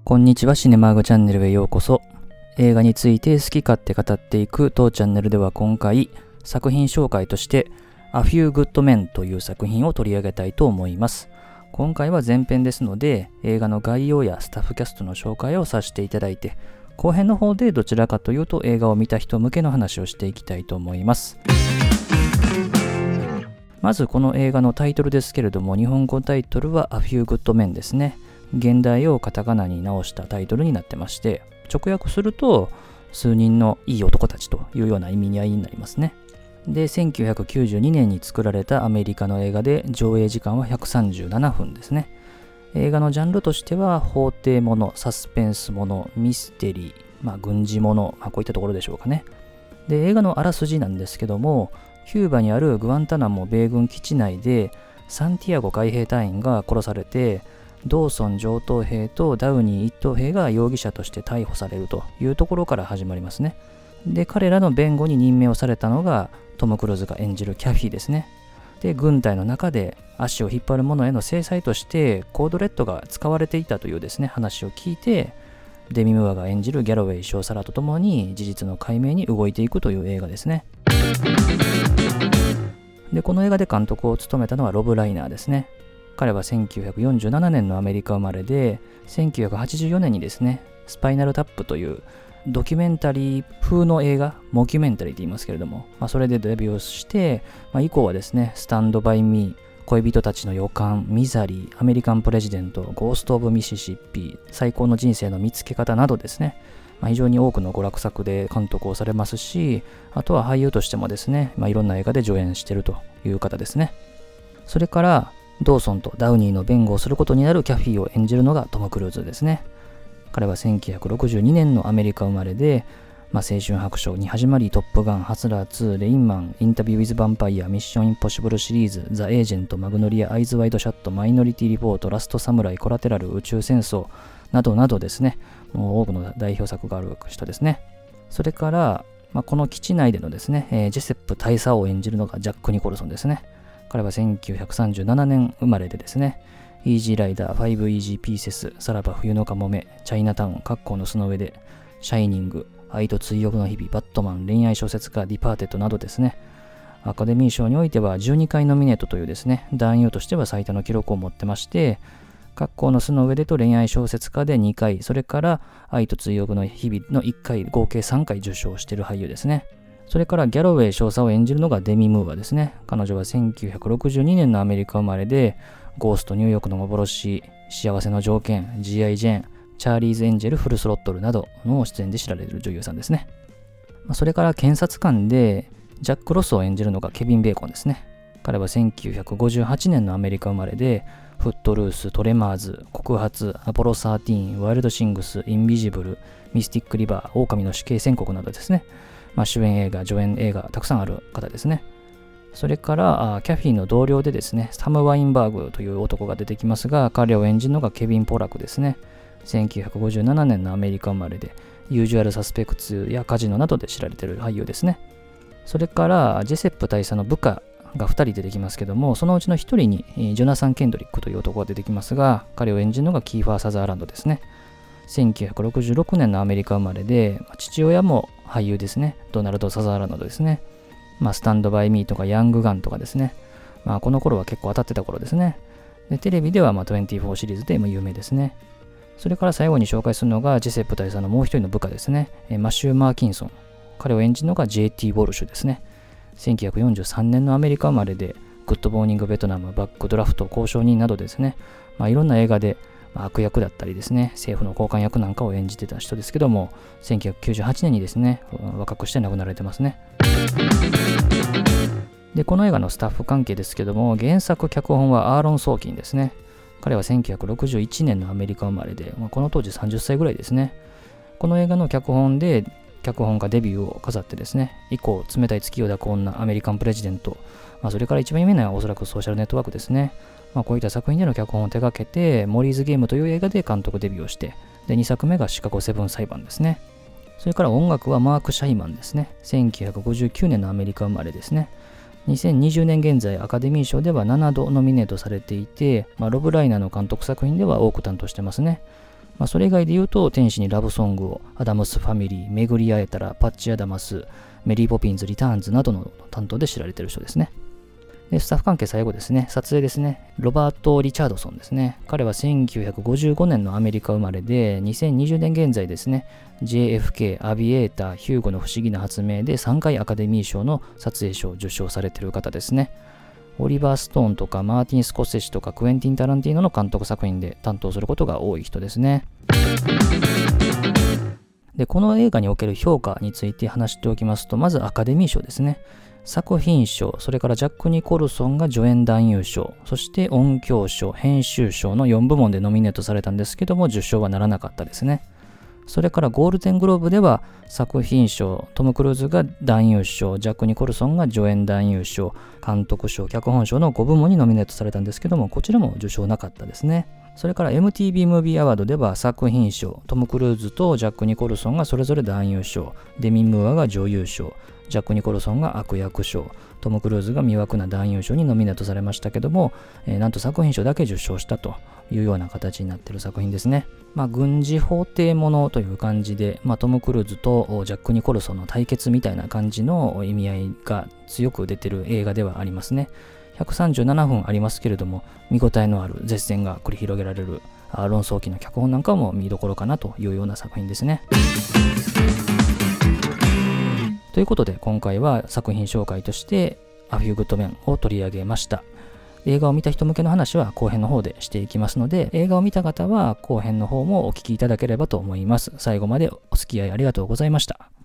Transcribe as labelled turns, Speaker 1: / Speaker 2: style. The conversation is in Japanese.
Speaker 1: こんにちは、シネマーグチャンネルへようこそ。映画について好き勝手語っていく当チャンネルでは今回、作品紹介として A Few Good Men という作品を取り上げたいと思います。今回は前編ですので、映画の概要やスタッフキャストの紹介をさせていただいて、後編の方でどちらかというと映画を見た人向けの話をしていきたいと思います。まずこの映画のタイトルですけれども、日本語タイトルは A Few Good Men ですね。現代をカタカナに直したタイトルになってまして、直訳すると数人のいい男たちというような意味合いになりますね。で、1992年に作られたアメリカの映画で上映時間は137分ですね。映画のジャンルとしては法廷もの、サスペンスもの、ミステリー、軍事もの、こういったところでしょうかね。で、映画のあらすじなんですけども、キューバにあるグアンタナモ米軍基地内でサンティアゴ海兵隊員が殺されて、ドーソン上等兵とダウニー一等兵が容疑者として逮捕されるというところから始まりますね。で、彼らの弁護に任命をされたのがトム・クルーズが演じるキャフィーですね。で、軍隊の中で足を引っ張る者への制裁としてコードレットが使われていたというですね、話を聞いて、デミ・ムーアが演じるギャロウェイ少佐らとともに事実の解明に動いていくという映画ですね。で、この映画で監督を務めたのはロブ・ライナーですね。彼は1947年のアメリカ生まれで、1984年にですね、スパイナルタップというドキュメンタリー風の映画、モキュメンタリーと言いますけれども、それでデビューして、以降はですね、スタンドバイミー、恋人たちの予感、ミザリー、アメリカンプレジデント、ゴースト・オブ・ミシシッピ、最高の人生の見つけ方などですね、非常に多くの娯楽作で監督をされますし、あとは俳優としてもですね、いろんな映画で上演しているという方ですね。それからドーソンとダウニーの弁護をすることになるキャフィーを演じるのがトム・クルーズですね。彼は1962年のアメリカ生まれで、青春白書に始まり、トップガン、ハスラー2、レインマン、インタビュー・ウィズ・ヴァンパイア、ミッション・インポッシブルシリーズ、ザ・エージェント、マグノリア、アイズ・ワイド・シャット、マイノリティ・リポート、ラスト・サムライ、コラテラル、宇宙戦争などなどですね、もう多くの代表作がある人ですね。それから、この基地内でのですね、ジェセップ大佐を演じるのがジャック・ニコルソンですね。彼は1937年生まれでですね、イージーライダー、5 イージーピーセス、さらば冬のかもめ、チャイナタウン、格好の巣の上で、シャイニング、愛と追憶の日々、バットマン、恋愛小説家、ディパーテッドなどですね、アカデミー賞においては12回ノミネートというですね、男優としては最多の記録を持ってまして、格好の巣の上でと恋愛小説家で2回、それから愛と追憶の日々の1回、合計3回受賞している俳優ですね。それからギャロウェイ少佐を演じるのがデミ・ムーアですね。彼女は1962年のアメリカ生まれで、ゴースト、ニューヨークの幻、幸せの条件、G.I. ジェーン、チャーリーズ・エンジェル、フルスロットルなどの出演で知られる女優さんですね。それから検察官でジャック・ロスを演じるのがケビン・ベーコンですね。彼は1958年のアメリカ生まれで、フットルース、トレマーズ、告発、アポロ13、ワイルドシングス、インビジブル、ミスティック・リバー、狼の死刑宣告などですね、主演映画、助演映画たくさんある方ですね。それからキャフィーの同僚でですね、サム・ワインバーグという男が出てきますが、彼を演じるのがケビン・ポラクですね。1957年のアメリカ生まれで、ユージュアル・サスペクツやカジノなどで知られている俳優ですね。それからジェセップ大佐の部下が2人出てきますけども、そのうちの1人にジョナサン・ケンドリックという男が出てきますが、彼を演じるのがキーファー・サザーランドですね。1966年のアメリカ生まれで、父親も俳優ですね。ドナルド・サザーランドですね。スタンド・バイ・ミーとかヤング・ガンとかですね。この頃は結構当たってた頃ですね。で、テレビでは24シリーズで有名ですね。それから最後に紹介するのがジェセップ大佐のもう一人の部下ですね。マシュー・マーキンソン。彼を演じるのが JT ウォルシュですね。1943年のアメリカ生まれで、グッド・モーニング・ベトナム、バック・ドラフト、交渉人などですね。いろんな映画で悪役だったりですね、政府の高官役なんかを演じてた人ですけども、1998年にですね、若くして亡くなられてますね。で、この映画のスタッフ関係ですけども、原作脚本はアーロン・ソーキンですね。彼は1961年のアメリカ生まれで、この当時30歳ぐらいですね。この映画の脚本で脚本家デビューを飾ってですね、以降、冷たい月を抱く女、アメリカンプレジデント、それから一番有名なのはおそらくソーシャルネットワークですね。こういった作品での脚本を手掛けて、モリーズゲームという映画で監督デビューをして、で、2作目がシカゴ7裁判ですね。それから音楽はマーク・シャイマンですね。1959年のアメリカ生まれですね。2020年現在アカデミー賞では7度ノミネートされていて、ロブ・ライナーの監督作品では多く担当してますね。 それ以外で言うと、天使にラブソングを、アダムスファミリー、巡り会えたら、パッチ・アダマス、メリー・ポピンズ・リターンズなどの担当で知られている人ですね。で、スタッフ関係最後ですね、撮影ですね。ロバート・リチャードソンですね。彼は1955年のアメリカ生まれで、2020年現在ですね、JFK、アビエーター、ヒューゴの不思議な発明で3回アカデミー賞の撮影賞を受賞されている方ですね。オリバー・ストーンとかマーティン・スコセッシとかクエンティン・タランティーノの監督作品で担当することが多い人ですね。で、この映画における評価について話しておきますと、まずアカデミー賞ですね。作品賞、それからジャック・ニコルソンが助演男優賞、そして音響賞、編集賞の4部門でノミネートされたんですけども、受賞はならなかったですね。それからゴールデングローブでは作品賞、トム・クルーズが男優賞、ジャック・ニコルソンが助演男優賞、監督賞、脚本賞の5部門にノミネートされたんですけども、こちらも受賞なかったですね。それから MTV ムービーアワードでは作品賞、トム・クルーズとジャック・ニコルソンがそれぞれ男優賞、デミ・ムーアが女優賞、ジャック・ニコルソンが悪役賞、トム・クルーズが魅惑な男優賞にノミネートされましたけども、なんと作品賞だけ受賞したというような形になっている作品ですね。軍事法廷ものという感じで、トム・クルーズとジャック・ニコルソンの対決みたいな感じの意味合いが強く出ている映画ではありますね。137分ありますけれども、見応えのある絶戦が繰り広げられる論争期の脚本なんかも見どころかなというような作品ですね。ということで今回は作品紹介としてA Few Good Menを取り上げました。映画を見た人向けの話は後編の方でしていきますので、映画を見た方は後編の方もお聞きいただければと思います。最後までお付き合いありがとうございました。